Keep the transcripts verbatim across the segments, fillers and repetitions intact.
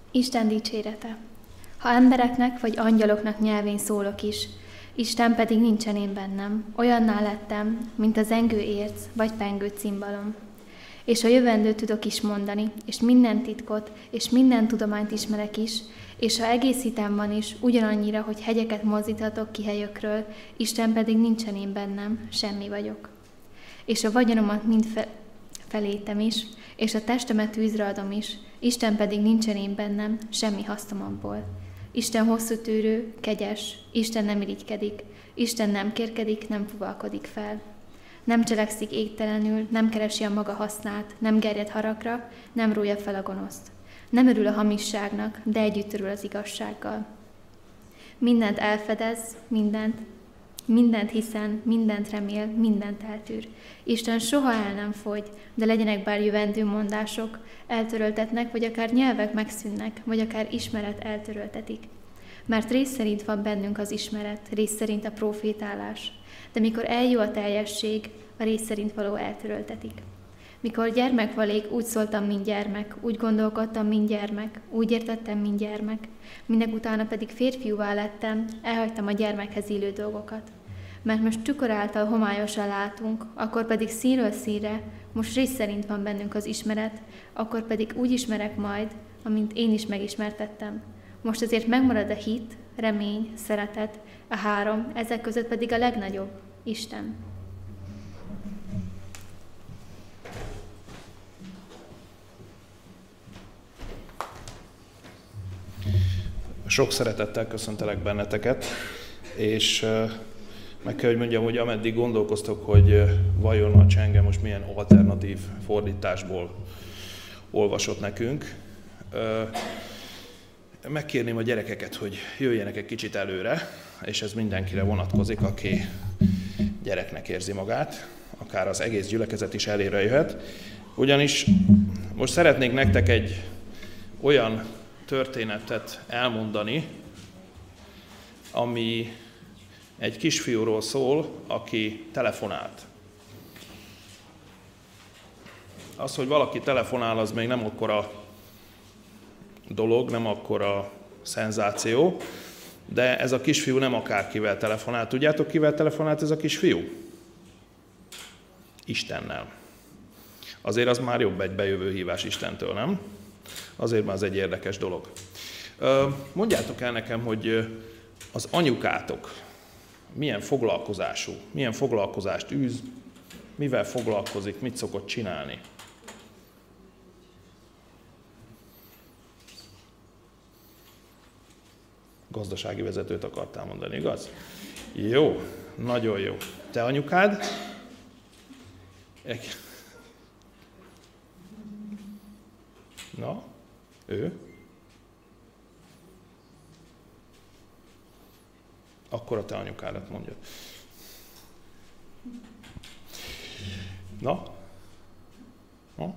Isten dicsérete. Ha embereknek vagy angyaloknak nyelvén szólok is, Isten pedig nincsen én bennem, olyanná lettem, mint a zengő érc vagy pengő cimbalom. És a jövendőt tudok is mondani, és minden titkot, és minden tudományt ismerek is, és ha egész hitem van is, ugyanannyira, hogy hegyeket mozdíthatok ki helyökről, Isten pedig nincsen én bennem, semmi vagyok. És a vagyonomat mind fe- felétem is, és a testemet tűzre adom is, Isten pedig nincsen én bennem, semmi hasznom abból. Isten hosszú tűrő, kegyes, Isten nem irigykedik, Isten nem kérkedik, nem fuvalkodik fel. Nem cselekszik égtelenül, nem keresi a maga hasznát, nem gerjed haragra, nem rója fel a gonoszt. Nem örül a hamisságnak, de együtt örül az igazsággal. Mindent elfedez, mindent, mindent hiszen, mindent remél, mindent eltűr. Isten soha el nem fogy, de legyenek bár jövendő mondások, eltöröltetnek, vagy akár nyelvek megszűnnek, vagy akár ismeret eltöröltetik. Mert rész szerint van bennünk az ismeret, rész szerint a profétálás, de mikor eljön a teljesség, a rész szerint való eltöröltetik. Mikor gyermek valék, úgy szóltam, mint gyermek, úgy gondolkodtam, mint gyermek, úgy értettem, mint gyermek, minek utána pedig férfiúvá lettem, elhagytam a gyermekhez illő dolgokat. Mert most tükör által homályosan látunk, akkor pedig színről színre, most rész szerint van bennünk az ismeret, akkor pedig úgy ismerek majd, amint én is megismertettem. Most azért megmarad a hit, remény, szeretet, a három, ezek között pedig a legnagyobb, Isten. Sok szeretettel köszöntelek benneteket, és meg kell, hogy mondjam, hogy ameddig gondolkoztok, hogy vajon a Csenge most milyen alternatív fordításból olvasott nekünk, megkérném a gyerekeket, hogy jöjjenek egy kicsit előre, és ez mindenkire vonatkozik, aki gyereknek érzi magát, akár az egész gyülekezet is elére jöhet. Ugyanis most szeretnék nektek egy olyan történetet elmondani, ami egy kisfiúról szól, aki telefonált. Az, hogy valaki telefonál, az még nem akkora dolog, nem akkora szenzáció, de ez a kisfiú nem akárkivel telefonált. Tudjátok, kivel telefonált ez a kisfiú? Istennel. Azért az már jobb egy bejövő hívás Istentől, nem? Azért már az egy érdekes dolog. Mondjátok el nekem, hogy az anyukátok milyen foglalkozású, milyen foglalkozást űz, mivel foglalkozik, mit szokott csinálni. Gazdasági vezetőt akartál mondani, igaz? Jó, nagyon jó. Te anyukád? Na, ő? Akkor a te anyukádat mondja. Na? Na?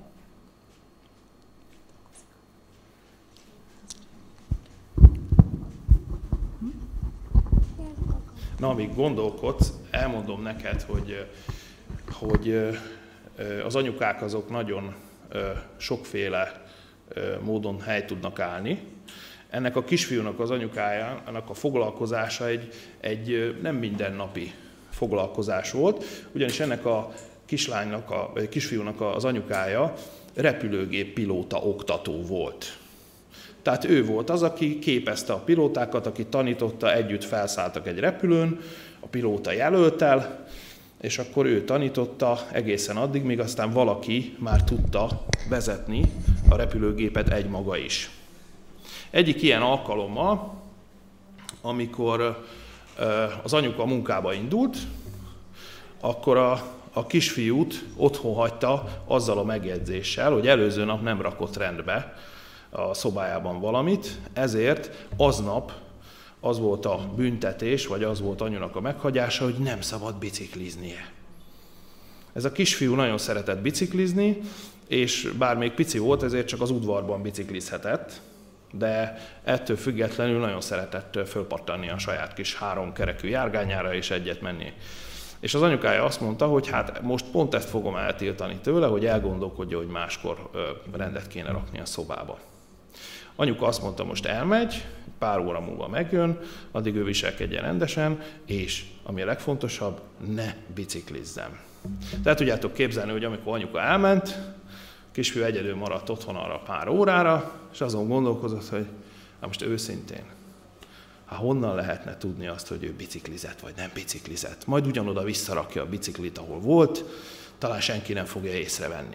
Na, amíg gondolkodsz, elmondom neked, hogy, hogy az anyukák azok nagyon sokféle módon helyt tudnak állni. Ennek a kisfiúnak az anyukája, ennek a foglalkozása egy, egy nem mindennapi foglalkozás volt, ugyanis ennek a kislánynak, a, vagy a kisfiúnak az anyukája repülőgép pilóta oktató volt. Tehát ő volt az, aki képezte a pilótákat, aki tanította, együtt felszálltak egy repülőn, a pilóta jelölt el, és akkor ő tanította egészen addig, míg aztán valaki már tudta vezetni a repülőgépet egymaga is. Egyik ilyen alkalommal, amikor az anyuka munkába indult, akkor a, a kisfiút otthon hagyta azzal a megjegyzéssel, hogy előző nap nem rakott rendbe a szobájában valamit, ezért aznap az volt a büntetés, vagy az volt anyunak a meghagyása, hogy nem szabad bicikliznie. Ez a kisfiú nagyon szeretett biciklizni, és bár még pici volt, ezért csak az udvarban biciklizhetett, de ettől függetlenül nagyon szeretett fölpattanni a saját kis három kerekű járgányára és egyet menni. És az anyukája azt mondta, hogy hát most pont ezt fogom eltiltani tőle, hogy elgondolkodja, hogy máskor rendet kéne rakni a szobába. Anyuka azt mondta, most elmegy, pár óra múlva megjön, addig ő viselkedjen rendesen, és ami a legfontosabb, ne biciklizzen. Tehát tudjátok képzelni, hogy amikor anyuka elment, a kisfiú egyedül maradt otthon arra pár órára, és azon gondolkozott, hogy hát most őszintén, hát honnan lehetne tudni azt, hogy ő biciklizett, vagy nem biciklizett. Majd ugyanoda visszarakja a biciklit, ahol volt, talán senki nem fogja észrevenni.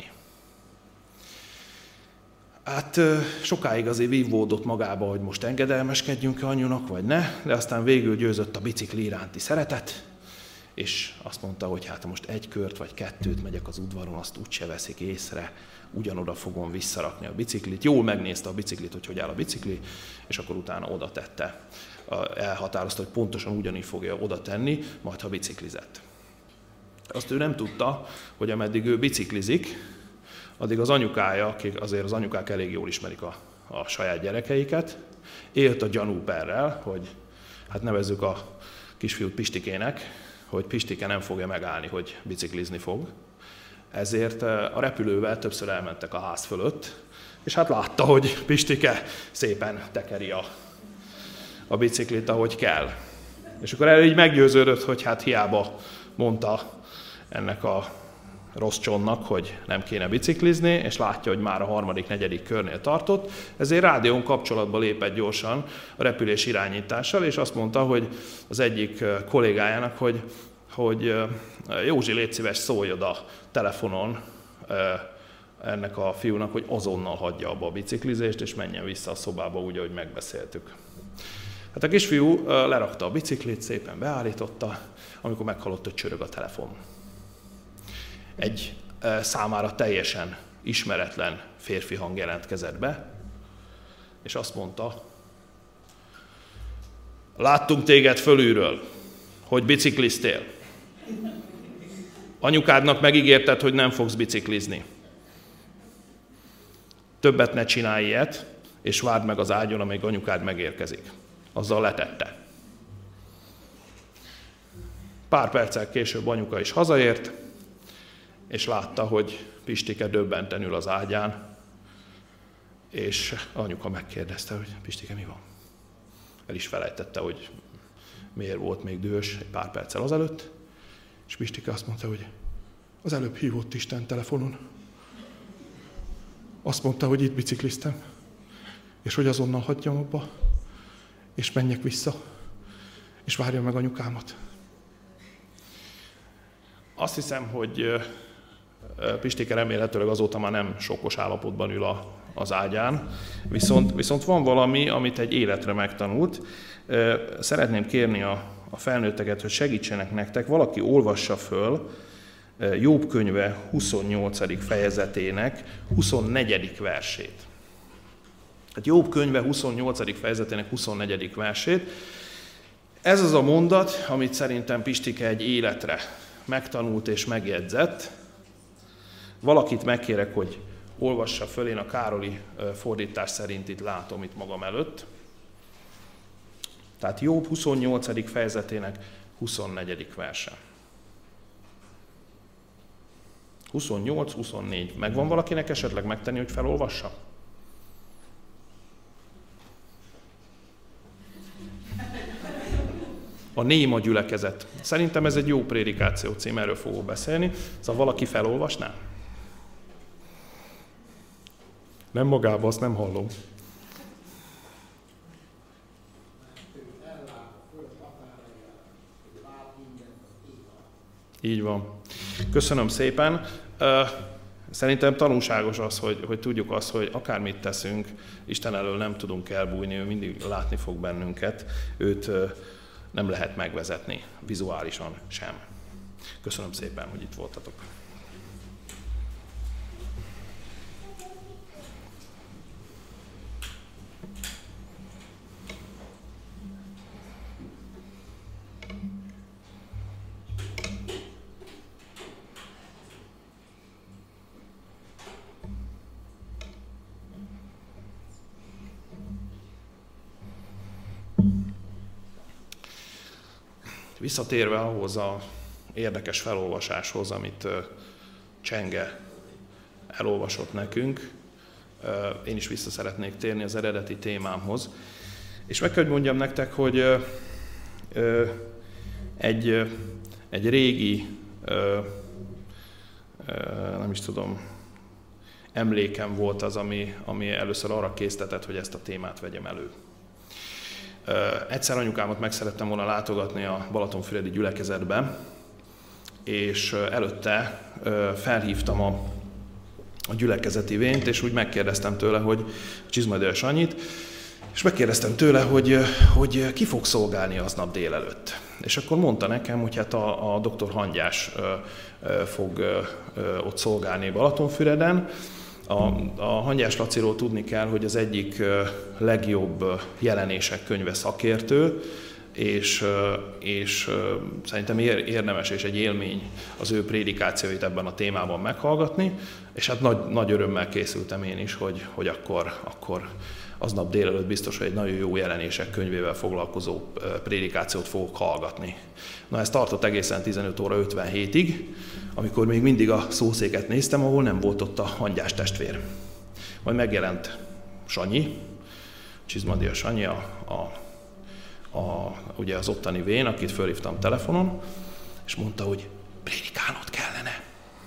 Hát sokáig azért vívódott magába, hogy most engedelmeskedjünk-e anyunak, vagy ne, de aztán végül győzött a bicikli iránti szeretet, és azt mondta, hogy hát most egy kört vagy kettőt megyek az udvaron, azt úgyse veszik észre, ugyanoda fogom visszarakni a biciklit. Jól megnézte a biciklit, hogy hogy áll a bicikli, és akkor utána oda tette. Elhatározta, hogy pontosan ugyanígy fogja oda tenni, majd ha biciklizett. Azt ő nem tudta, hogy ameddig ő biciklizik, addig az anyukája, akik azért az anyukák elég jól ismerik a, a saját gyerekeiket, élt a gyanúperrel, hogy hát nevezzük a kisfiút Pistikének, hogy Pistike nem fogja megállni, hogy biciklizni fog. Ezért a repülővel többször elmentek a ház fölött, és hát látta, hogy Pistike szépen tekeri a, a biciklit, ahogy kell. És akkor erről így meggyőződött, hogy hát hiába mondta ennek a rossz csonnak, hogy nem kéne biciklizni, és látja, hogy már a harmadik, negyedik körnél tartott, ezért rádión kapcsolatba lépett gyorsan a repülés irányítással, és azt mondta, hogy az egyik kollégájának, hogy, hogy Józsi, légy szíves, szólj oda telefonon ennek a fiúnak, hogy azonnal hagyja abba a biciklizést, és menjen vissza a szobába úgy, ahogy megbeszéltük. Hát a kisfiú lerakta a biciklit, szépen beállította, amikor meghallott, hogy csörög a telefon. Egy e, számára teljesen ismeretlen férfi hang jelentkezett be, és azt mondta, láttunk téged fölülről, hogy bicikliztél. Anyukádnak megígérted, hogy nem fogsz biciklizni. Többet ne csinálj ilyet, és várd meg az ágyon, amíg anyukád megérkezik. Azzal letette. Pár perccel később anyuka is hazaért, és látta, hogy Pistike döbbenten ül az ágyán, és anyuka megkérdezte, hogy Pistike, mi van? El is felejtette, hogy miért volt még dühös egy pár perccel azelőtt, és Pistike azt mondta, hogy az előbb hívott Isten telefonon. Azt mondta, hogy itt bicikliztem, és hogy azonnal hagyjam abba, és menjek vissza, és várjam meg anyukámat. Azt hiszem, hogy Pistike remélhetőleg azóta már nem sokkos állapotban ül a, az ágyán, viszont, viszont van valami, amit egy életre megtanult. Szeretném kérni a, a felnőtteket, hogy segítsenek nektek, valaki olvassa föl Jobb könyve huszonnyolcadik fejezetének huszonnegyedik versét. Hát Jobb könyve huszonnyolcadik fejezetének huszonnegyedik versét. Ez az a mondat, amit szerintem Pistike egy életre megtanult és megjegyzett. Valakit megkérek, hogy olvassa föl, én a Károli fordítás szerint itt látom itt magam előtt. Tehát Jobb huszonnyolcadik fejezetének huszonnegyedik verse. huszonnyolc huszonnégy. Megvan valakinek esetleg megtenni, hogy felolvassa? A néma gyülekezet. Szerintem ez egy jó prédikáció cím, erről fogok beszélni. Szóval valaki felolvasná? Nem magába, azt nem hallom. Így van. Köszönöm szépen. Szerintem tanulságos az, hogy, hogy tudjuk azt, hogy akármit teszünk, Isten elől nem tudunk elbújni, ő mindig látni fog bennünket, őt nem lehet megvezetni, vizuálisan sem. Köszönöm szépen, hogy itt voltatok. Visszatérve ahhoz az érdekes felolvasáshoz, amit Csenge elolvasott nekünk, én is vissza szeretnék térni az eredeti témámhoz. És meg kell, hogy mondjam nektek, hogy egy, egy régi, nem is tudom, emlékem volt az, ami, ami először arra késztetett, hogy ezt a témát vegyem elő. Egyszer anyukámat meg szerettem volna látogatni a Balatonfüredi gyülekezetbe, és előtte felhívtam a, a gyülekezeti vént, és úgy megkérdeztem tőle, hogy Csizmadia Sanyit, és megkérdeztem tőle, hogy, hogy ki fog szolgálni aznap délelőtt. És akkor mondta nekem, hogy hát a, a doktor Hangyás fog ott szolgálni Balatonfüreden. A, a Hangyás Laciról tudni kell, hogy az egyik legjobb jelenések könyve szakértő, és, és szerintem érdemes és egy élmény az ő prédikációit ebben a témában meghallgatni, és hát nagy, nagy örömmel készültem én is, hogy, hogy akkor, akkor aznap délelőtt biztos, hogy egy nagyon jó jelenések könyvével foglalkozó prédikációt fogok hallgatni. Na, ez tartott egészen tizenöt óra ötvenhétig, amikor még mindig a szószéket néztem, ahol nem volt ott a Hangyás testvér. Majd megjelent Sanyi, Csizmadia Sanyi, a, a, a, ugye az ottani vén, akit fölhívtam telefonon, és mondta, hogy prédikálnod kellene.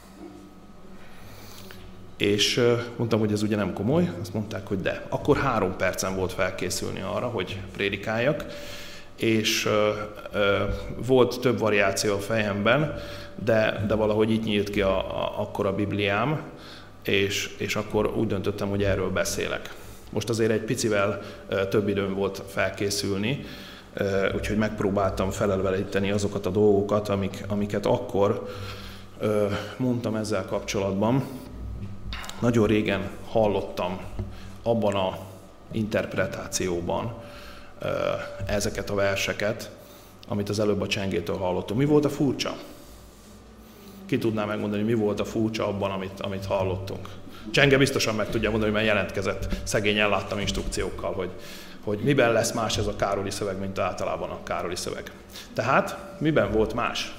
És mondtam, hogy ez ugye nem komoly, azt mondták, hogy de. Akkor három percen volt felkészülni arra, hogy prédikáljak, és ö, ö, volt több variáció a fejemben, de, de valahogy így nyílt ki a, a, akkor a Bibliám, és, és akkor úgy döntöttem, hogy erről beszélek. Most azért egy picivel ö, több időm volt felkészülni, ö, úgyhogy megpróbáltam felelvelíteni azokat a dolgokat, amik, amiket akkor ö, mondtam ezzel kapcsolatban. Nagyon régen hallottam abban a interpretációban ezeket a verseket, amit az előbb a Csengétől hallottunk. Mi volt a furcsa? Ki tudná megmondani, mi volt a furcsa abban, amit, amit hallottunk? Csenge biztosan meg tudja mondani, mert jelentkezett, szegényen láttam instrukciókkal, hogy, hogy miben lesz más ez a Károli szöveg, mint általában a Károli szöveg. Tehát miben volt más?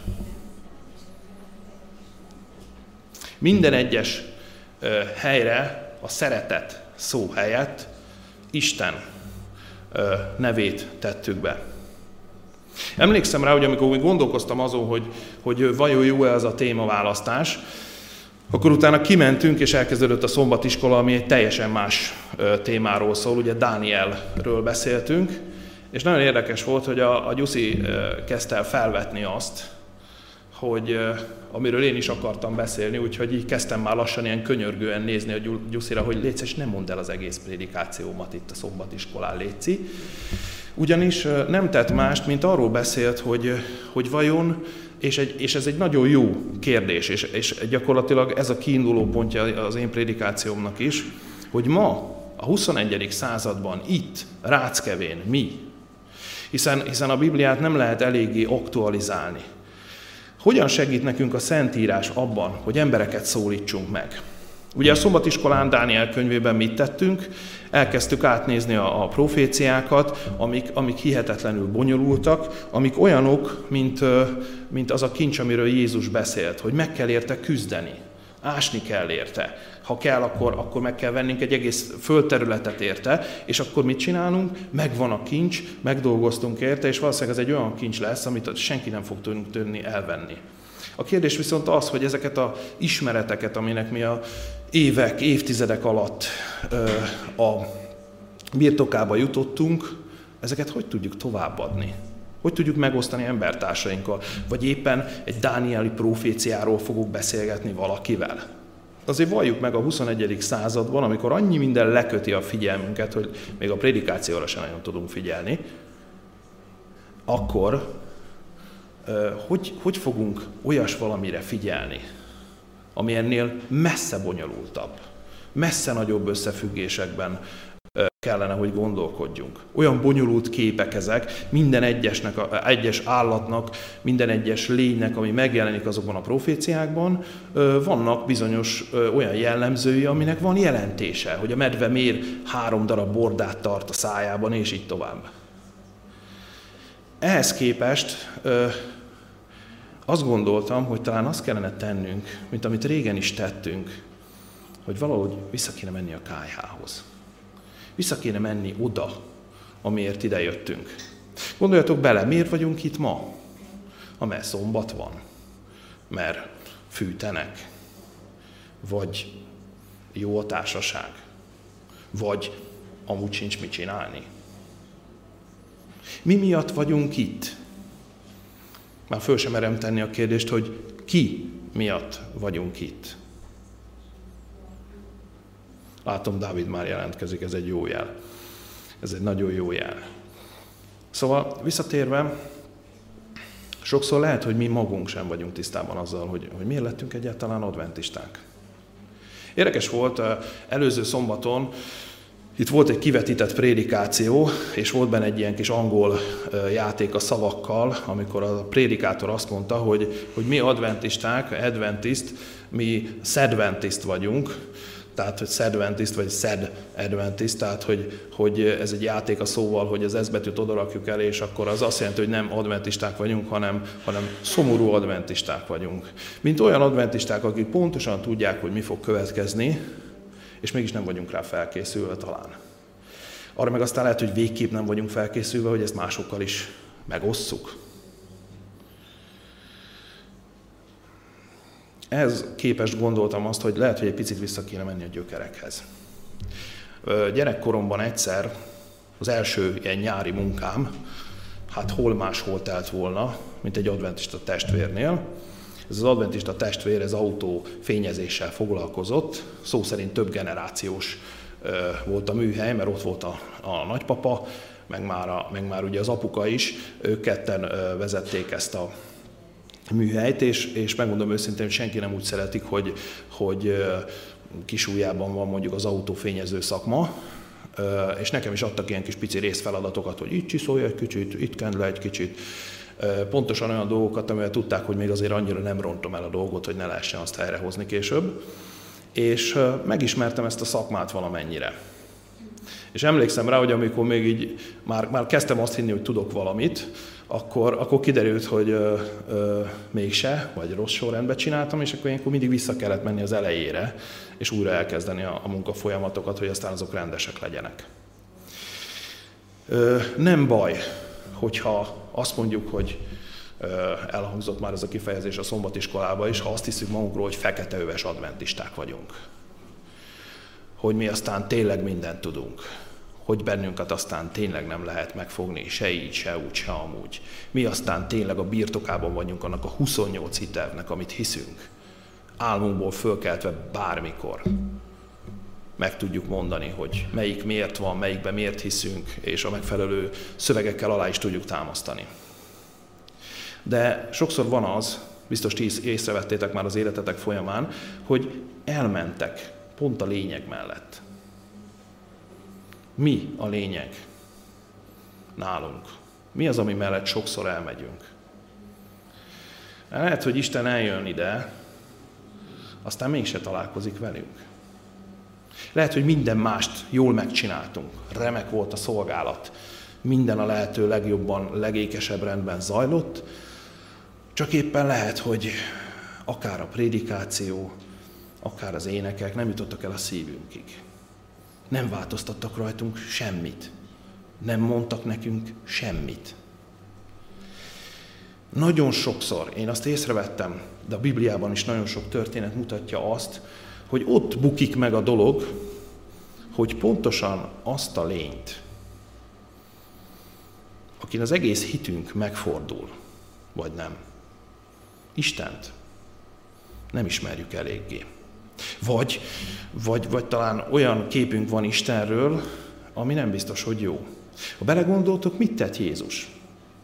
Minden egyes helyre a szeretet szó helyett Isten nevét tettük be. Emlékszem rá, hogy amikor úgy gondolkoztam azon, hogy, hogy vajon jó-e az a témaválasztás, akkor utána kimentünk, és elkezdődött a szombatiskola, ami egy teljesen más témáról szól, ugye Dánielről beszéltünk, és nagyon érdekes volt, hogy a, a Gyuszi kezdte el felvetni azt, hogy amiről én is akartam beszélni, úgyhogy így kezdtem már lassan ilyen könyörgően nézni a Gyuszira, hogy légy szíves, nem mondd el az egész prédikációmat itt a szombatiskolán, létszi. Ugyanis nem tett mást, mint arról beszélt, hogy, hogy vajon, és, egy, és ez egy nagyon jó kérdés, és, és gyakorlatilag ez a kiinduló pontja az én prédikációmnak is, hogy ma, a huszonegyedik században itt, Ráckevén mi, hiszen, hiszen a Bibliát nem lehet eléggé aktualizálni. Hogyan segít nekünk a Szentírás abban, hogy embereket szólítsunk meg? Ugye a szombatiskolán Dániel könyvében mit tettünk? Elkezdtük átnézni a, a proféciákat, amik, amik hihetetlenül bonyolultak, amik olyanok, mint, mint az a kincs, amiről Jézus beszélt, hogy meg kell érte küzdeni, ásni kell érte. Ha kell, akkor, akkor meg kell vennünk egy egész földterületet érte, és akkor mit csinálunk? Megvan a kincs, megdolgoztunk érte, és valószínűleg ez egy olyan kincs lesz, amit senki nem fog tudni elvenni. A kérdés viszont az, hogy ezeket az ismereteket, aminek mi a évek, évtizedek alatt ö, a birtokába jutottunk, ezeket hogy tudjuk továbbadni? Hogy tudjuk megosztani embertársainkkal? Vagy éppen egy dánieli proféciáról fogok beszélgetni valakivel? Azért valljuk meg a huszonegyedik században, amikor annyi minden leköti a figyelmünket, hogy még a prédikációra sem nagyon tudunk figyelni, akkor hogy, hogy fogunk olyas valamire figyelni, ami ennél messze bonyolultabb, messze nagyobb összefüggésekben kellene, hogy gondolkodjunk. Olyan bonyolult képek ezek, minden egyesnek, egyes állatnak, minden egyes lénynek, ami megjelenik azokban a proféciákban, vannak bizonyos olyan jellemzői, aminek van jelentése, hogy a medve miért három darab bordát tart a szájában, és így tovább. Ehhez képest azt gondoltam, hogy talán azt kellene tennünk, mint amit régen is tettünk, hogy valahogy vissza kéne menni a kályhához. Vissza kéne menni oda, amiért ide jöttünk. Gondoljatok bele, miért vagyunk itt ma? Amely szombat van, mert fűtenek, vagy jó a társaság, vagy amúgy sincs mit csinálni. Mi miatt vagyunk itt? Már föl sem merem tenni a kérdést, hogy ki miatt vagyunk itt. Látom, Dávid már jelentkezik, ez egy jó jel. Ez egy nagyon jó jel. Szóval visszatérve, sokszor lehet, hogy mi magunk sem vagyunk tisztában azzal, hogy, hogy miért lettünk egyáltalán adventisták. Érdekes volt, előző szombaton itt volt egy kivetített prédikáció, és volt benne egy ilyen kis angol játék a szavakkal, amikor a prédikátor azt mondta, hogy, hogy mi adventisták, adventist, mi szedventiszt vagyunk, tehát, hogy szedventiszt, vagy szed adventist, tehát, hogy, hogy ez egy játék a szóval, hogy az S betűt odarakjuk elé, és akkor az azt jelenti, hogy nem adventisták vagyunk, hanem, hanem szomorú adventisták vagyunk. Mint olyan adventisták, akik pontosan tudják, hogy mi fog következni, és mégis nem vagyunk rá felkészülve talán. Arra meg aztán lehet, hogy végképp nem vagyunk felkészülve, hogy ezt másokkal is megosszuk. Ehhez képest gondoltam azt, hogy lehet, hogy egy picit vissza kéne menni a gyökerekhez. Gyerekkoromban egyszer az első ilyen nyári munkám, hát hol máshol telt volna, mint egy adventista testvérnél. Ez az adventista testvér, ez autó fényezéssel foglalkozott, szó szerint több generációs volt a műhely, mert ott volt a, a nagypapa, meg már, a, meg már ugye az apuka is, ők ketten vezették ezt a műhelyt, és, és megmondom őszintén, hogy senki nem úgy szeretik, hogy, hogy kisújjában van mondjuk az autófényező szakma, és nekem is adtak ilyen kis pici részfeladatokat, hogy itt csiszolj egy kicsit, itt kend le egy kicsit, pontosan olyan dolgokat, amivel tudták, hogy még azért annyira nem rontom el a dolgot, hogy ne lehessen azt helyrehozni később. És megismertem ezt a szakmát valamennyire. És emlékszem rá, hogy amikor még így már, már kezdtem azt hinni, hogy tudok valamit, akkor, akkor kiderült, hogy ö, ö, mégse, vagy rossz sorrendben csináltam, és akkor ilyenkor mindig vissza kellett menni az elejére, és újra elkezdeni a, a munkafolyamatokat, hogy aztán azok rendesek legyenek. Ö, nem baj, hogyha azt mondjuk, hogy ö, elhangzott már ez a kifejezés a szombatiskolában is, ha azt hiszük magunkról, hogy feketeöves adventisták vagyunk. Hogy mi aztán tényleg mindent tudunk. Hogy bennünket aztán tényleg nem lehet megfogni, se így, se úgy, se amúgy. Mi aztán tényleg a birtokában vagyunk annak a huszonnyolc hitelvnek, amit hiszünk. Álmunkból fölkeltve bármikor meg tudjuk mondani, hogy melyik miért van, melyikben miért hiszünk, és a megfelelő szövegekkel alá is tudjuk támasztani. De sokszor van az, biztos ti észrevettétek már az életetek folyamán, hogy elmentek pont a lényeg mellett. Mi a lényeg nálunk? Mi az, ami mellett sokszor elmegyünk? Lehet, hogy Isten eljön ide, aztán mégse találkozik velünk. Lehet, hogy minden mást jól megcsináltunk, remek volt a szolgálat, minden a lehető legjobban, legékesebb rendben zajlott, csak éppen lehet, hogy akár a prédikáció, akár az énekek nem jutottak el a szívünkig. Nem változtattak rajtunk semmit. Nem mondtak nekünk semmit. Nagyon sokszor, én azt észrevettem, de a Bibliában is nagyon sok történet mutatja azt, hogy ott bukik meg a dolog, hogy pontosan azt a lényt, akin az egész hitünk megfordul, vagy nem, Istent nem ismerjük eléggé. Vagy, vagy, vagy talán olyan képünk van Istenről, ami nem biztos, hogy jó. Ha belegondoltok, mit tett Jézus?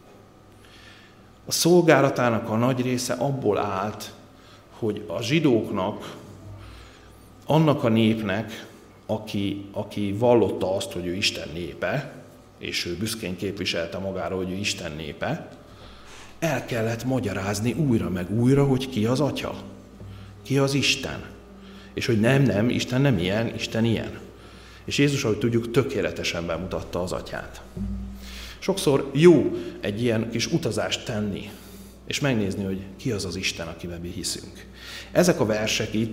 A szolgálatának a nagy része abból állt, hogy a zsidóknak, annak a népnek, aki, aki vallotta azt, hogy ő Isten népe, és ő büszkén képviselte magára, hogy ő Isten népe, el kellett magyarázni újra meg újra, hogy ki az Atya, ki az Isten. És hogy nem, nem, Isten nem ilyen, Isten ilyen. És Jézus, ahogy tudjuk, tökéletesen bemutatta az Atyát. Sokszor jó egy ilyen kis utazást tenni, és megnézni, hogy ki az az Isten, akiben mi hiszünk. Ezek a versek itt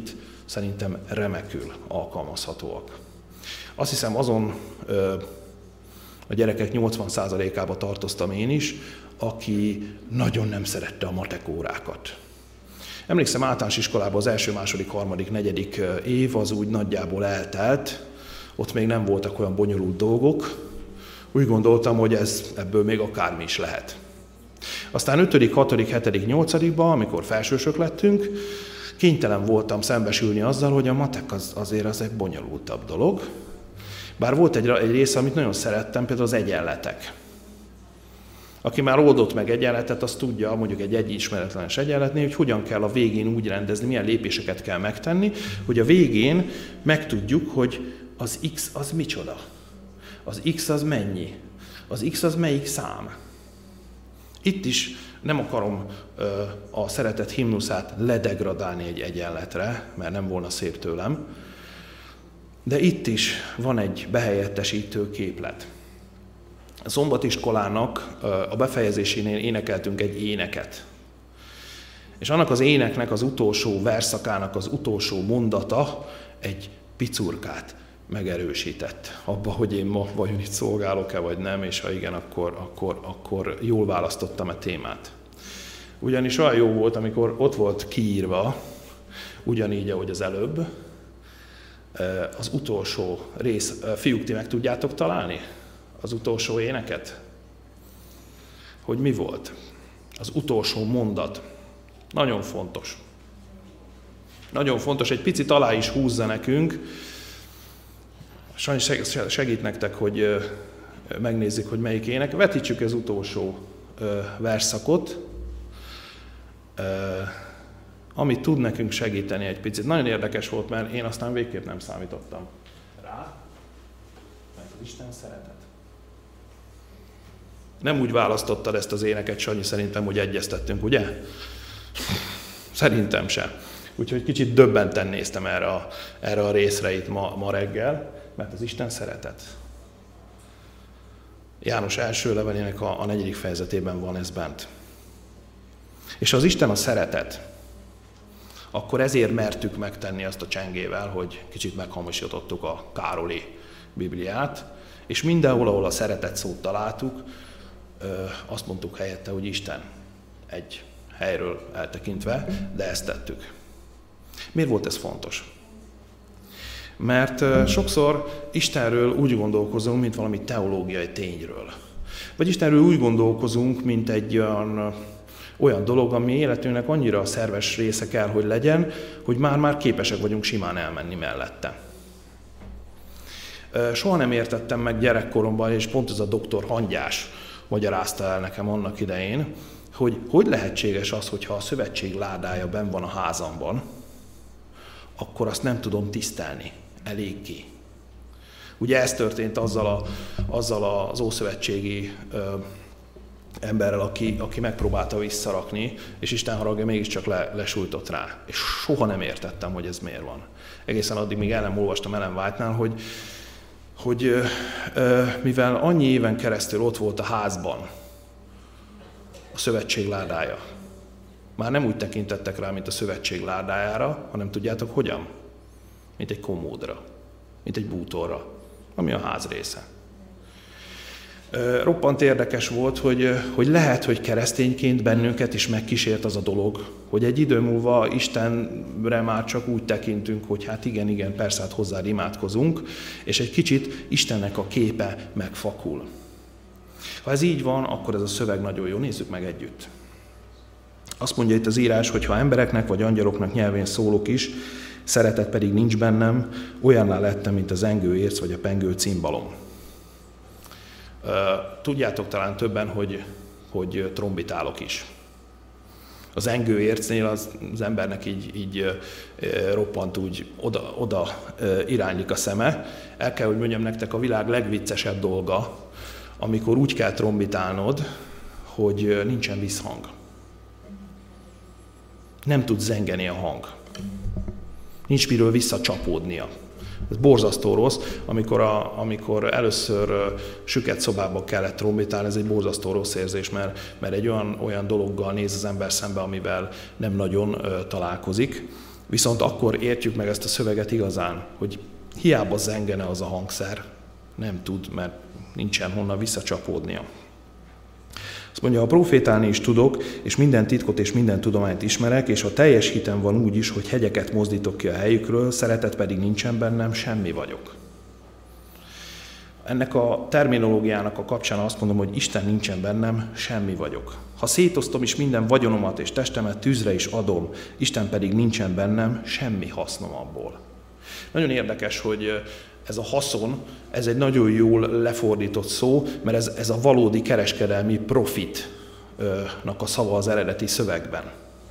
szerintem remekül alkalmazhatóak. Azt hiszem azon a gyerekek nyolcvan százalékába tartoztam én is, aki nagyon nem szerette a matek órákat. Emlékszem, általános iskolában az első, második, harmadik, negyedik év az úgy nagyjából eltelt, ott még nem voltak olyan bonyolult dolgok, úgy gondoltam, hogy ez, ebből még akármi is lehet. Aztán ötödik, hatodik, hetedik, nyolcadikban, amikor felsősök lettünk, kénytelen voltam szembesülni azzal, hogy a matek az, azért az egy bonyolultabb dolog. Bár volt egy, egy része, amit nagyon szerettem, például az egyenletek. Aki már oldott meg egyenletet, az tudja, mondjuk egy egyismeretlenes egyenletnél, hogy hogyan kell a végén úgy rendezni, milyen lépéseket kell megtenni, hogy a végén megtudjuk, hogy az x az micsoda. Az x az mennyi. Az x az melyik szám. Itt is nem akarom ö, a szeretet himnuszát ledegradálni egy egyenletre, mert nem volna szép tőlem, de itt is van egy behelyettesítő képlet. A szombatiskolának a befejezésénél énekeltünk egy éneket. És annak az éneknek az utolsó verszakának az utolsó mondata egy picurkát megerősített abba, hogy én ma vajon itt szolgálok-e, vagy nem, és ha igen, akkor, akkor, akkor jól választottam a témát. Ugyanis olyan jó volt, amikor ott volt kiírva, ugyanígy, ahogy az előbb, az utolsó rész. Fiúk, ti meg tudjátok találni az utolsó éneket? Hogy mi volt? Az utolsó mondat. Nagyon fontos. Nagyon fontos, egy picit alá is húzza nekünk. Sajnos segít nektek, hogy megnézzük, hogy melyik ének. Vetítsük az utolsó versszakot, amit tud nekünk segíteni egy picit. Nagyon érdekes volt, mert én aztán végképp nem számítottam rá, mert az Isten szeretet. Nem úgy választottad ezt az éneket, Sanyi, szerintem, hogy egyeztettünk, ugye? Szerintem sem. Úgyhogy kicsit döbbenten néztem erre a, erre a részre itt ma, ma reggel, mert az Isten szeretet. János első levelének a, a negyedik fejezetében van ez bent. És ha az Isten a szeretet, akkor ezért mertük megtenni azt a csengével, hogy kicsit meghamisítottuk a Károli Bibliát, és mindenhol, ahol a szeretet szót találtuk, azt mondtuk helyette, hogy Isten, egy helyről eltekintve, de ezt tettük. Miért volt ez fontos? Mert sokszor Istenről úgy gondolkozunk, mint valami teológiai tényről. Vagy Istenről úgy gondolkozunk, mint egy olyan, olyan dolog, ami életünknek annyira szerves része kell, hogy legyen, hogy már-már képesek vagyunk simán elmenni mellette. Soha nem értettem meg gyerekkoromban, és pont ez a doktor Hangyás magyarázta el nekem annak idején, hogy hogy lehetséges az, hogyha a szövetség ládája benn van a házamban, akkor azt nem tudom tisztelni eléggé. Ugye ez történt azzal, a, azzal az ószövetségi ö, emberrel, aki, aki megpróbálta visszarakni, és Isten haragja mégiscsak le, lesújtott rá. És soha nem értettem, hogy ez miért van. Egészen addig, míg el nem olvastam Ellen White-nál, hogy, hogy ö, ö, mivel annyi éven keresztül ott volt a házban a szövetség ládája, már nem úgy tekintettek rá, mint a szövetség ládájára, hanem tudjátok hogyan? Mint egy komódra, mint egy bútorra, ami a ház része. Roppant érdekes volt, hogy, hogy lehet, hogy keresztényként bennünket is megkísért az a dolog, hogy egy idő múlva Istenre már csak úgy tekintünk, hogy hát igen, igen, persze, hát hozzád imádkozunk, és egy kicsit Istennek a képe megfakul. Ha ez így van, akkor ez a szöveg nagyon jó, nézzük meg együtt. Azt mondja itt az írás, hogy ha embereknek vagy angyaloknak nyelvén szólok is, szeretet pedig nincs bennem, olyanná lettem, mint az engő érc vagy a pengő cimbalom. Tudjátok talán többen, hogy, hogy trombitálok is. Az engő ércnél az, az embernek így, így roppant úgy oda, oda iránylik a szeme. El kell, hogy mondjam nektek, a világ legviccesebb dolga, amikor úgy kell trombitálnod, hogy nincsen visszhang. Nem tud zengeni a hang. Nincs miről visszacsapódnia. Ez borzasztó rossz, amikor, a, amikor először uh, süket szobába kellett trombitálni, ez egy borzasztó rossz érzés, mert, mert egy olyan, olyan dologgal néz az ember szembe, amivel nem nagyon uh, találkozik. Viszont akkor értjük meg ezt a szöveget igazán, hogy hiába zengene az a hangszer, nem tud, mert nincsen honnan visszacsapódnia. Azt mondja, ha profétálni is tudok, és minden titkot és minden tudományt ismerek, és a teljes hitem van úgy is, hogy hegyeket mozdítok ki a helyükről, szeretet pedig nincsen bennem, semmi vagyok. Ennek a terminológiának a kapcsán azt mondom, hogy Isten nincsen bennem, semmi vagyok. Ha szétosztom is minden vagyonomat és testemet, tűzre is adom, Isten pedig nincsen bennem, semmi hasznom abból. Nagyon érdekes, hogy ez a haszon, ez egy nagyon jól lefordított szó, mert ez, ez a valódi kereskedelmi profitnak a szava az eredeti szövegben.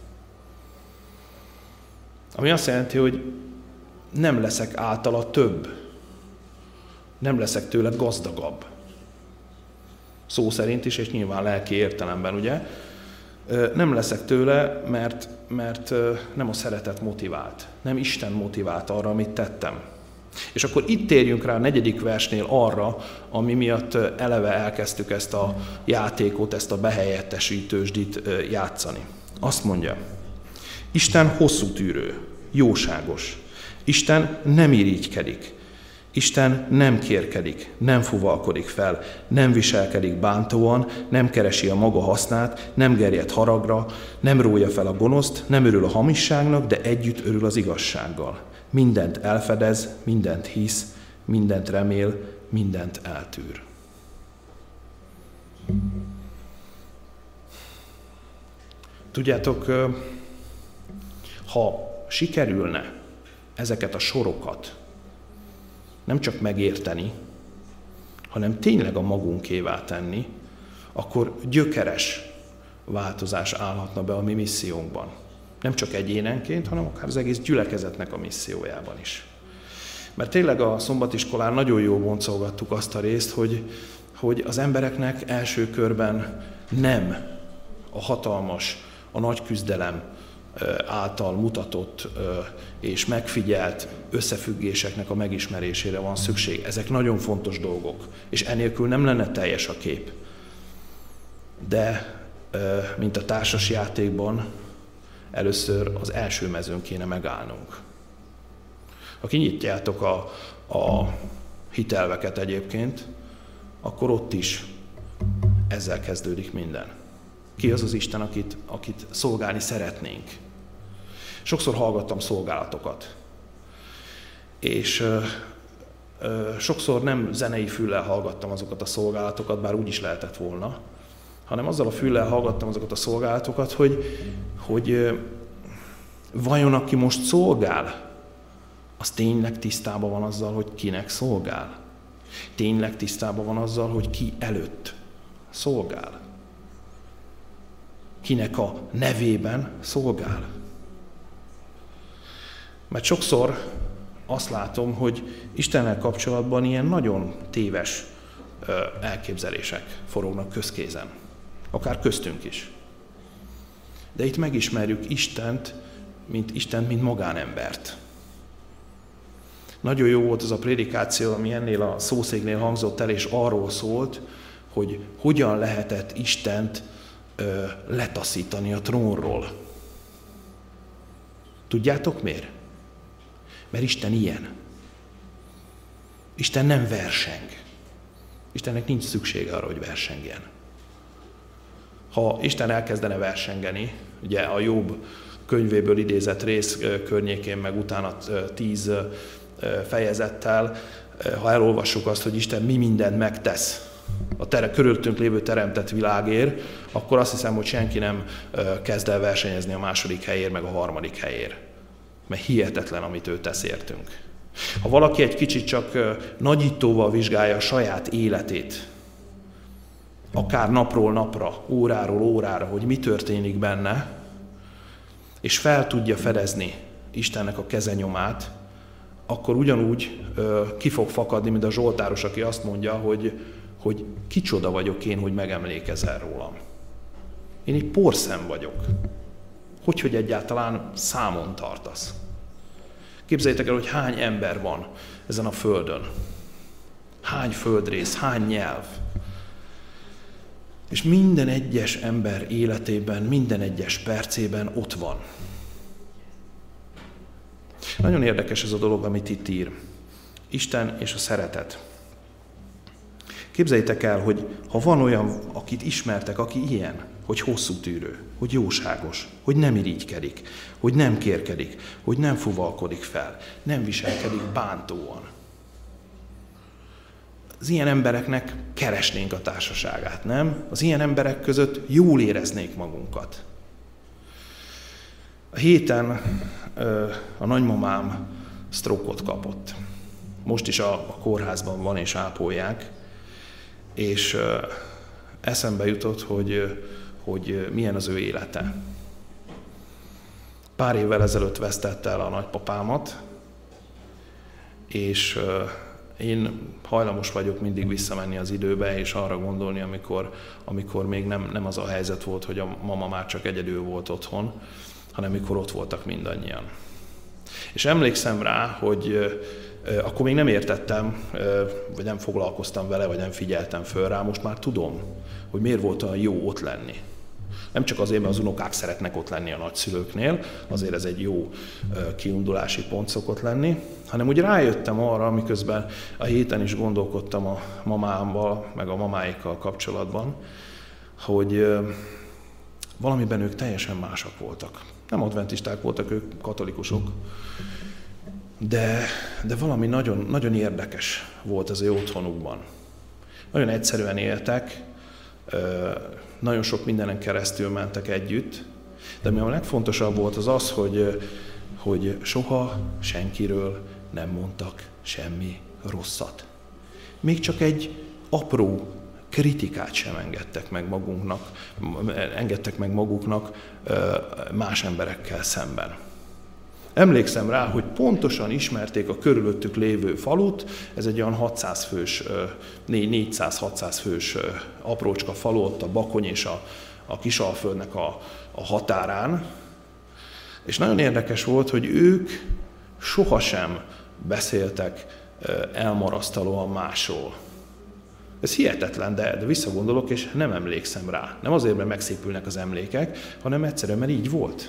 Ami azt jelenti, hogy nem leszek általa több, nem leszek tőle gazdagabb. Szó szerint is, és nyilván lelki értelemben, ugye? Nem leszek tőle, mert, mert nem a szeretet motivált, nem Isten motivált arra, amit tettem. És akkor itt térjünk rá a negyedik versnél arra, ami miatt eleve elkezdtük ezt a játékot, ezt a behelyettesítősdit játszani. Azt mondja, Isten hosszú tűrő, jóságos. Isten nem irigykedik. Isten nem kérkedik, nem fuvalkodik fel, nem viselkedik bántóan, nem keresi a maga hasznát, nem gerjed haragra, nem rója fel a gonoszt, nem örül a hamisságnak, de együtt örül az igazsággal. Mindent elfedez, mindent hisz, mindent remél, mindent eltűr. Tudjátok, ha sikerülne ezeket a sorokat nem csak megérteni, hanem tényleg a magunkévá tenni, akkor gyökeres változás állhatna be a mi missziónkban. Nem csak egyénenként, hanem akár az egész gyülekezetnek a missziójában is. Mert tényleg a szombatiskolán nagyon jól boncolgattuk azt a részt, hogy, hogy az embereknek első körben nem a hatalmas, a nagy küzdelem által mutatott és megfigyelt összefüggéseknek a megismerésére van szükség. Ezek nagyon fontos dolgok, és enélkül nem lenne teljes a kép. De, mint a társasjátékban, először az első mezőn kéne megállnunk. Ha kinyitjátok a, a hitelveket egyébként, akkor ott is ezzel kezdődik minden. Ki az az Isten, akit, akit szolgálni szeretnénk? Sokszor hallgattam szolgálatokat, és ö, ö, sokszor nem zenei füllel hallgattam azokat a szolgálatokat, bár úgy is lehetett volna, hanem azzal a füllel hallgattam azokat a szolgálatokat, hogy, hogy ö, vajon aki most szolgál, az tényleg tisztában van azzal, hogy kinek szolgál? Tényleg tisztában van azzal, hogy ki előtt szolgál? Kinek a nevében szolgál? Mert sokszor azt látom, hogy Istennel kapcsolatban ilyen nagyon téves elképzelések forognak közkézen. Akár köztünk is. De itt megismerjük Istent, mint Istent, mint magánembert. Nagyon jó volt az a prédikáció, ami ennél a szószéknél hangzott el, és arról szólt, hogy hogyan lehetett Istent ö, letaszítani a trónról. Tudjátok miért? Mert Isten ilyen. Isten nem verseng. Istennek nincs szüksége arra, hogy versengjen. Ha Isten elkezdene versengeni, ugye a Jobb könyvéből idézett rész környékén, meg utána tíz fejezettel, ha elolvassuk azt, hogy Isten mi mindent megtesz a tere, körülöttünk lévő teremtett világért, akkor azt hiszem, hogy senki nem kezd el versenyezni a második helyért, meg a harmadik helyért. Mert hihetetlen, amit ő tesz értünk. Ha valaki egy kicsit csak nagyítóval vizsgálja a saját életét, akár napról napra, óráról órára, hogy mi történik benne, és fel tudja fedezni Istennek a kezenyomát, akkor ugyanúgy ö, ki fog fakadni, mint a zsoltáros, aki azt mondja, hogy, hogy kicsoda vagyok én, hogy megemlékezel rólam. Én egy porszem vagyok. Hogy, hogy egyáltalán számon tartasz? Képzeljétek el, hogy hány ember van ezen a földön. Hány földrész, hány nyelv. És minden egyes ember életében, minden egyes percében ott van. Nagyon érdekes ez a dolog, amit itt ír. Isten és a szeretet. Képzeljétek el, hogy ha van olyan, akit ismertek, aki ilyen, hogy hosszú tűrő, hogy jóságos, hogy nem irigykedik, hogy nem kérkedik, hogy nem fuvalkodik fel, nem viselkedik bántóan. Az ilyen embereknek keresnénk a társaságát, nem? Az ilyen emberek között jól éreznék magunkat. A héten a nagymamám sztrókot kapott. Most is a kórházban van és ápolják, és eszembe jutott, hogy, hogy milyen az ő élete. Pár évvel ezelőtt vesztette el a nagypapámat, és én hajlamos vagyok mindig visszamenni az időbe, és arra gondolni, amikor, amikor még nem, nem az a helyzet volt, hogy a mama már csak egyedül volt otthon, hanem mikor ott voltak mindannyian. És emlékszem rá, hogy akkor még nem értettem, vagy nem foglalkoztam vele, vagy nem figyeltem föl rá, most már tudom, hogy miért volt olyan jó ott lenni. Nem csak azért, mert az unokák szeretnek ott lenni a nagyszülőknél, azért ez egy jó kiindulási pont szokott lenni, hanem úgy rájöttem arra, miközben a héten is gondolkodtam a mamámmal, meg a mamáikkal kapcsolatban, hogy valamiben ők teljesen másak voltak. Nem adventisták voltak, ők katolikusok, de, de valami nagyon, nagyon érdekes volt az ő otthonukban. Nagyon egyszerűen éltek, nagyon sok mindenen keresztül mentek együtt, de ami a legfontosabb volt az az, hogy, hogy soha senkiről nem mondtak semmi rosszat. Még csak egy apró kritikát sem engedtek meg magunknak, engedtek meg maguknak más emberekkel szemben. Emlékszem rá, hogy pontosan ismerték a körülöttük lévő falut, ez egy olyan hatszáz fős, négyszáz-hatszáz fős aprócska falu, ott a Bakony és a, a Kisalföldnek a, a határán. És nagyon érdekes volt, hogy ők sohasem beszéltek elmarasztalóan másról. Ez hihetetlen, de, de visszagondolok, és nem emlékszem rá. Nem azért, mert megszépülnek az emlékek, hanem egyszerűen, mert így volt.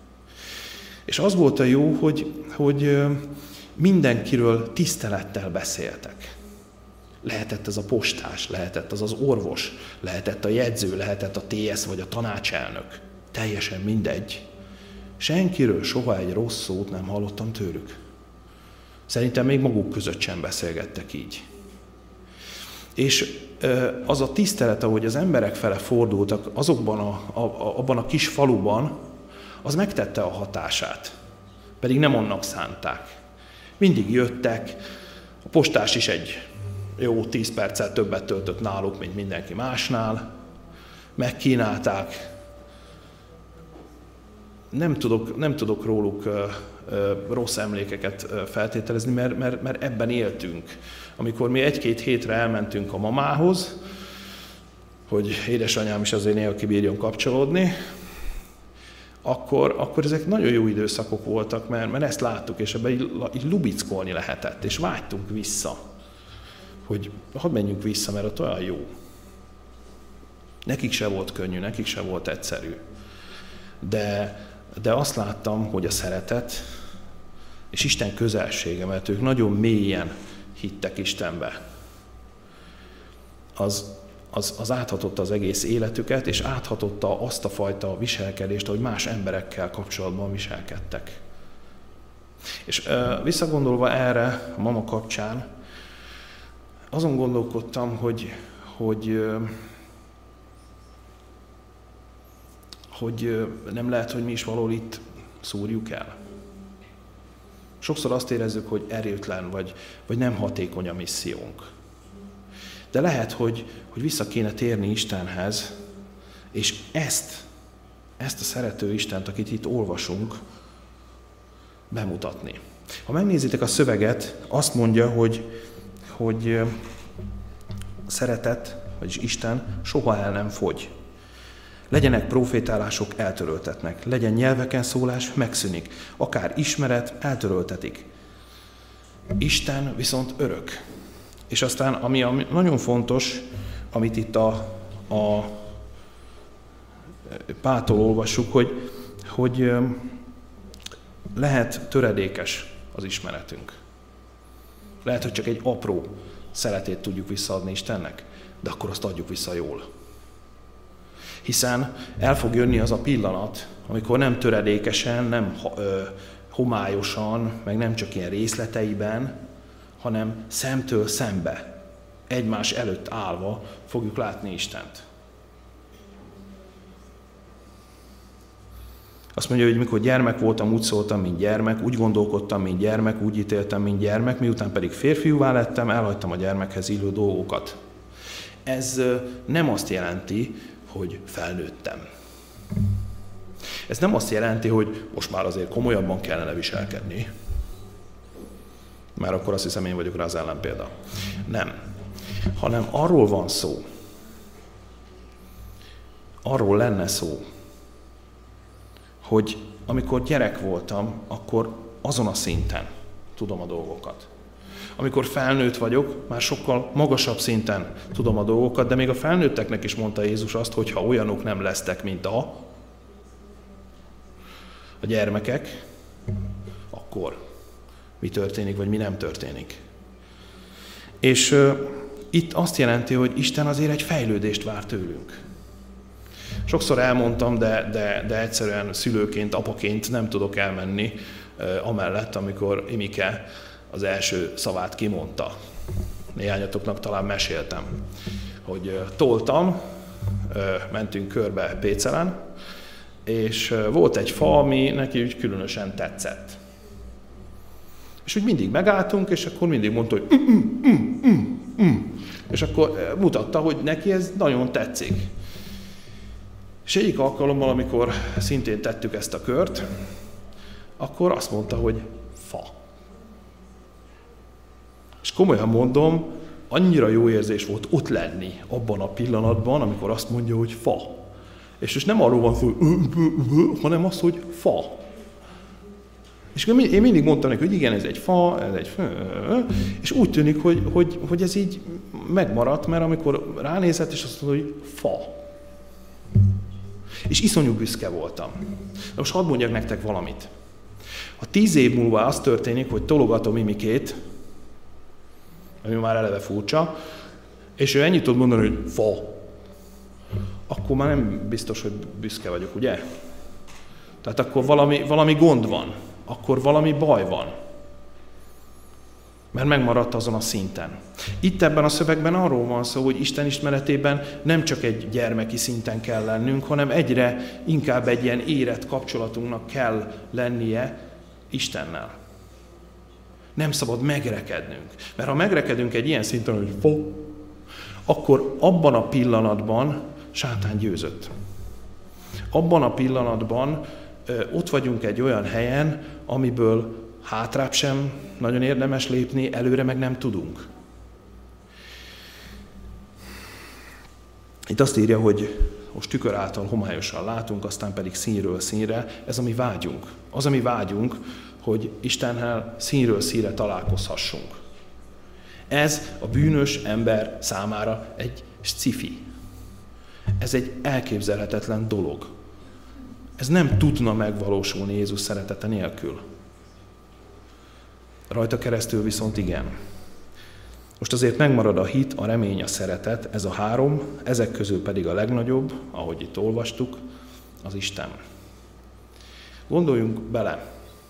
És az volt a jó, hogy, hogy mindenkiről tisztelettel beszéltek. Lehetett ez a postás, lehetett az az orvos, lehetett a jegyző, lehetett a té es vagy a tanácselnök. Teljesen mindegy. Senkiről soha egy rossz szót nem hallottam tőlük. Szerintem még maguk között sem beszélgettek így. És az a tisztelet, ahogy az emberek fele fordultak azokban a, a, abban a kis faluban, az megtette a hatását. Pedig nem annak szánták. Mindig jöttek, a postás is egy jó tíz perccel többet töltött náluk, mint mindenki másnál. Megkínálták. Nem tudok, nem tudok róluk ö, ö, rossz emlékeket ö, feltételezni, mert, mert, mert ebben éltünk. Amikor mi egy-két hétre elmentünk a mamához, hogy édesanyám is azért néha kibírjon kapcsolódni, akkor, akkor ezek nagyon jó időszakok voltak, mert, mert ezt láttuk, és ebben így, így lubickolni lehetett, és vágytunk vissza, hogy hadd menjünk vissza, mert ott olyan jó. Nekik se volt könnyű, nekik se volt egyszerű. De, de azt láttam, hogy a szeretet és Isten közelsége, mert ők nagyon mélyen hittek Istenbe, az, az, az áthatotta az egész életüket, és áthatotta azt a fajta viselkedést, ahogy más emberekkel kapcsolatban viselkedtek. És uh, visszagondolva erre a mama kapcsán, azon gondolkodtam, hogy, hogy, uh, hogy uh, nem lehet, hogy mi is valahol itt szúrjuk el. Sokszor azt érezzük, hogy erőtlen, vagy, vagy nem hatékony a missziónk. De lehet, hogy, hogy vissza kéne térni Istenhez, és ezt, ezt a szerető Istent, akit itt olvasunk, bemutatni. Ha megnézitek a szöveget, azt mondja, hogy, hogy szeretet, vagyis Isten soha el nem fogy. Legyenek profétálások, eltöröltetnek. Legyen nyelveken szólás, megszűnik. Akár ismeret, eltöröltetik. Isten viszont örök. És aztán, ami, ami nagyon fontos, amit itt a, a Páltól olvassuk, hogy, hogy lehet töredékes. az ismeretünk. Lehet, hogy csak egy apró szeletét tudjuk visszaadni Istennek, de akkor azt adjuk vissza jól. Hiszen el fog jönni az a pillanat, amikor nem töredékesen, nem ö, homályosan, meg nem csak ilyen részleteiben, hanem szemtől szembe, egymás előtt állva fogjuk látni Istent. Azt mondja, hogy mikor gyermek voltam, úgy szóltam, mint gyermek, úgy gondolkodtam, mint gyermek, úgy ítéltem, mint gyermek, miután pedig férfiúvá lettem, elhagytam a gyermekhez illő dolgokat. Ez nem azt jelenti, hogy felnőttem. Ez nem azt jelenti, hogy most már azért komolyabban kellene viselkedni, mert akkor azt hiszem, én vagyok rá az ellenpélda. Nem. Hanem arról van szó, arról lenne szó, hogy amikor gyerek voltam, akkor azon a szinten tudom a dolgokat. Amikor felnőtt vagyok, már sokkal magasabb szinten tudom a dolgokat, de még a felnőtteknek is mondta Jézus azt, hogy ha olyanok nem lesztek, mint a, a gyermekek, akkor mi történik, vagy mi nem történik. És uh, itt azt jelenti, hogy Isten azért egy fejlődést vár tőlünk. Sokszor elmondtam, de, de, de egyszerűen szülőként, apaként nem tudok elmenni uh, amellett, amikor Imike az első szavát kimondta. Néhányatoknak talán meséltem, hogy uh, toltam, uh, mentünk körbe Pécelen, és uh, volt egy fa, ami neki úgy különösen tetszett. És úgy mindig megálltunk, és akkor mindig mondta, hogy mm, mm, mm, mm, mm. És akkor mutatta, hogy neki ez nagyon tetszik. És egyik alkalommal, amikor szintén tettük ezt a kört, akkor azt mondta, hogy fa. És komolyan mondom, annyira jó érzés volt ott lenni abban a pillanatban, amikor azt mondja, hogy fa. És most nem arról van szó, hogy hanem az, hogy fa. És én mindig mondtam neki, hogy igen, ez egy fa, ez egy fa, és úgy tűnik, hogy, hogy, hogy ez így megmaradt, mert amikor ránézett, és azt mondta, hogy fa. És iszonyú büszke voltam. De most hadd mondjak nektek valamit. Ha tíz év múlva az történik, hogy tologatom Imikét, ami már eleve furcsa, és ő ennyit tud mondani, hogy fa, akkor már nem biztos, hogy büszke vagyok, ugye? Tehát akkor valami, valami gond van. Akkor valami baj van. Mert megmaradt azon a szinten. Itt ebben a szövegben arról van szó, hogy Isten ismeretében nem csak egy gyermeki szinten kell lennünk, hanem egyre inkább egy ilyen érett kapcsolatunknak kell lennie Istennel. Nem szabad megrekednünk. Mert ha megrekedünk egy ilyen szinten, hogy fo, akkor abban a pillanatban sátán győzött. Abban a pillanatban ott vagyunk egy olyan helyen, amiből hátrább sem nagyon érdemes lépni, előre meg nem tudunk. Itt azt írja, hogy most tükör által homályosan látunk, aztán pedig színről színre. Ez a mi vágyunk. Az a mi vágyunk, hogy Istennel színről színre találkozhassunk. Ez a bűnös ember számára egy sci-fi. Ez egy elképzelhetetlen dolog. Ez nem tudna megvalósulni Jézus szeretete nélkül. Rajta keresztül viszont igen. Most azért megmarad a hit, a remény, a szeretet, ez a három, ezek közül pedig a legnagyobb, ahogy itt olvastuk, az Isten. Gondoljunk bele.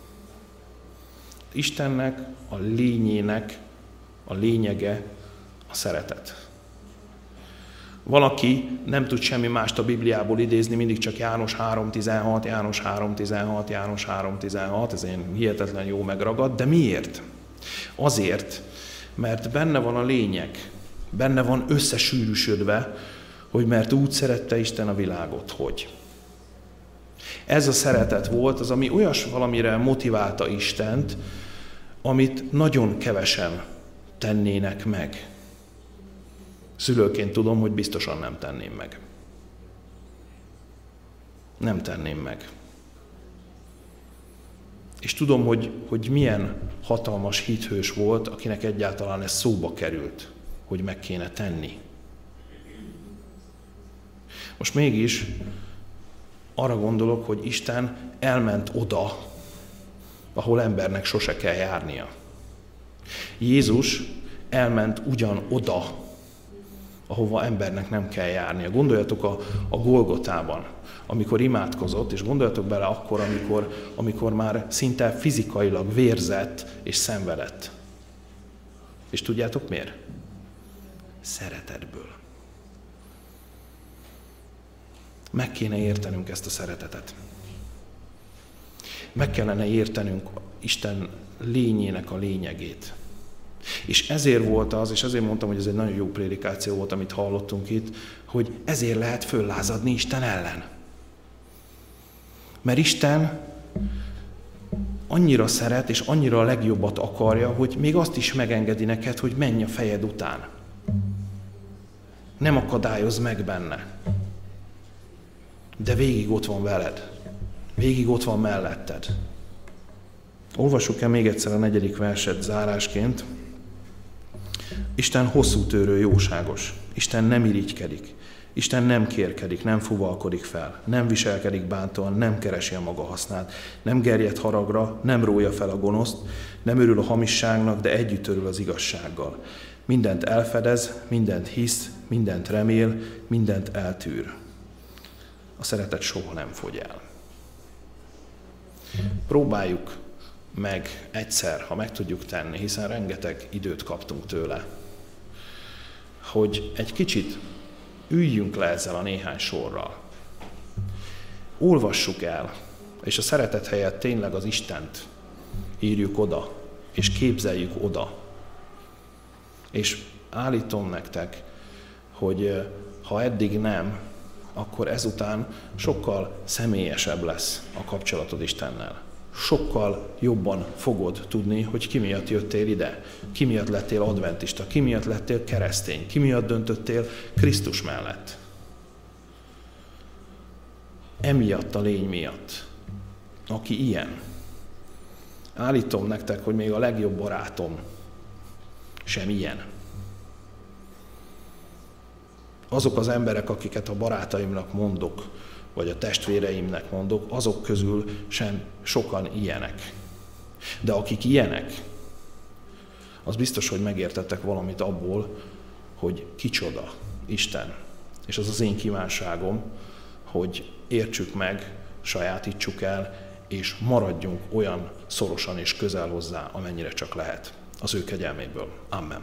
Istennek a lényének a lényege a szeretet. Valaki nem tud semmi mást a Bibliából idézni, mindig csak János három tizenhat, János három tizenhat, János három tizenhat, ez ilyen hihetetlen jó megragad, de miért? Azért, mert benne van a lényeg, benne van összesűrűsödve, hogy mert úgy szerette Isten a világot, hogy. Ez a szeretet volt az, ami olyas valamire motiválta Istent, amit nagyon kevesen tennének meg. Szülőként tudom, hogy biztosan nem tenném meg. Nem tenném meg. És tudom, hogy, hogy milyen hatalmas hithős volt, akinek egyáltalán ez szóba került, hogy meg kéne tenni. Most mégis arra gondolok, hogy Isten elment oda, ahol embernek sose kell járnia. Jézus elment ugyan oda, ahova embernek nem kell járnia. Gondoljatok a, a Golgotában, amikor imádkozott, és gondoljatok bele akkor, amikor, amikor már szinte fizikailag vérzett és szenvedett. És tudjátok miért? Szeretetből. Meg kéne értenünk ezt a szeretetet. Meg kellene értenünk Isten lényének a lényegét. És ezért volt az, és ezért mondtam, hogy ez egy nagyon jó prédikáció volt, amit hallottunk itt, hogy ezért lehet föllázadni Isten ellen. Mert Isten annyira szeret, és annyira a legjobbat akarja, hogy még azt is megengedi neked, hogy menj a fejed után. Nem akadályoz meg benne. De végig ott van veled. Végig ott van melletted. Olvassuk el még egyszer a negyedik verset zárásként. Isten hosszútörő, jóságos. Isten nem irigykedik. Isten nem kérkedik, nem fuvalkodik fel, nem viselkedik bántóan, nem keresi a maga hasznát, nem gerjed haragra, nem rója fel a gonoszt, nem örül a hamisságnak, de együtt örül az igazsággal. Mindent elfedez, mindent hisz, mindent remél, mindent eltűr. A szeretet soha nem fogy el. Próbáljuk meg egyszer, ha meg tudjuk tenni, hiszen rengeteg időt kaptunk tőle, hogy egy kicsit üljünk le ezzel a néhány sorral. Olvassuk el, és a szeretet helyett tényleg az Istent írjuk oda, és képzeljük oda. És állítom nektek, hogy ha eddig nem, akkor ezután sokkal személyesebb lesz a kapcsolatod Istennel. Sokkal jobban fogod tudni, hogy ki miatt jöttél ide, ki miatt lettél adventista, ki miatt lettél keresztény, ki miatt döntöttél Krisztus mellett. Emiatt a lény miatt, aki ilyen. Állítom nektek, hogy még a legjobb barátom sem ilyen. Azok az emberek, akiket a barátaimnak mondok, vagy a testvéreimnek mondok, azok közül sem sokan ilyenek. De akik ilyenek, az biztos, hogy megértettek valamit abból, hogy kicsoda Isten. És az az én kívánságom, hogy értsük meg, sajátítsuk el, és maradjunk olyan szorosan és közel hozzá, amennyire csak lehet. Az ő kegyelméből. Amen.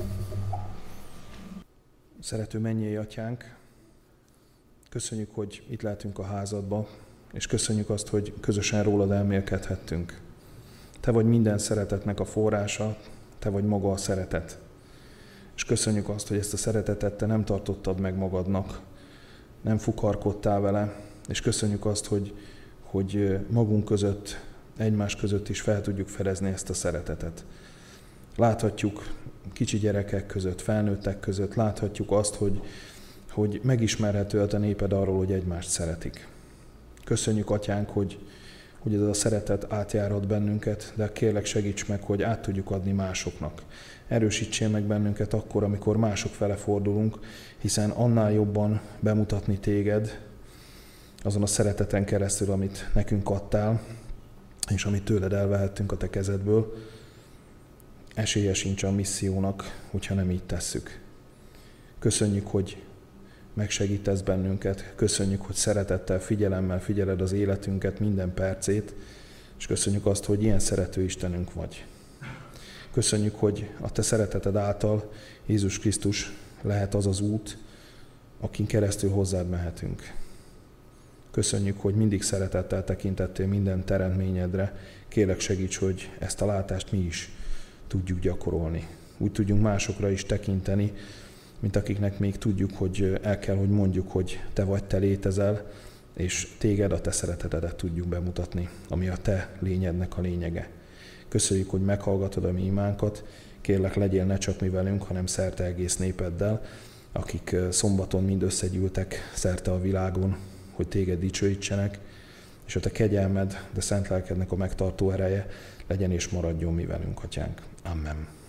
Szerető mennyei Atyánk, köszönjük, hogy itt lehetünk a házadba, és köszönjük azt, hogy közösen rólad elmélkedhettünk. Te vagy minden szeretetnek a forrása, te vagy maga a szeretet. És köszönjük azt, hogy ezt a szeretetet te nem tartottad meg magadnak, nem fukarkodtál vele, és köszönjük azt, hogy, hogy magunk között, egymás között is fel tudjuk fedezni ezt a szeretetet. Láthatjuk kicsi gyerekek között, felnőttek között, láthatjuk azt, hogy, hogy megismerhető a te néped arról, hogy egymást szeretik. Köszönjük, Atyánk, hogy, hogy ez a szeretet átjárhat bennünket, de kérlek segíts meg, hogy át tudjuk adni másoknak. Erősítsél meg bennünket akkor, amikor mások fele fordulunk, hiszen annál jobban bemutatni téged azon a szereteten keresztül, amit nekünk adtál, és amit tőled elvehettünk a te kezedből, esélye sincs a missziónak, hogyha nem így tesszük. Köszönjük, hogy megsegítesz bennünket, köszönjük, hogy szeretettel, figyelemmel figyeled az életünket, minden percét, és köszönjük azt, hogy ilyen szerető Istenünk vagy. Köszönjük, hogy a te szereteted által Jézus Krisztus lehet az az út, akin keresztül hozzád mehetünk. Köszönjük, hogy mindig szeretettel tekintettél minden teremtményedre. Kérlek segíts, hogy ezt a látást mi is tudjuk gyakorolni. Úgy tudjunk másokra is tekinteni, mint akiknek még tudjuk, hogy el kell, hogy mondjuk, hogy te vagy, te létezel, és téged, a te szeretetedet tudjuk bemutatni, ami a te lényednek a lényege. Köszönjük, hogy meghallgatod a mi imánkat. Kérlek, legyél ne csak mi velünk, hanem szerte egész népeddel, akik szombaton mind összegyűltek szerte a világon, hogy téged dicsőítsenek, és a te kegyelmed, de szent lelkednek a megtartó ereje legyen és maradjon mi velünk, Atyánk. Amen.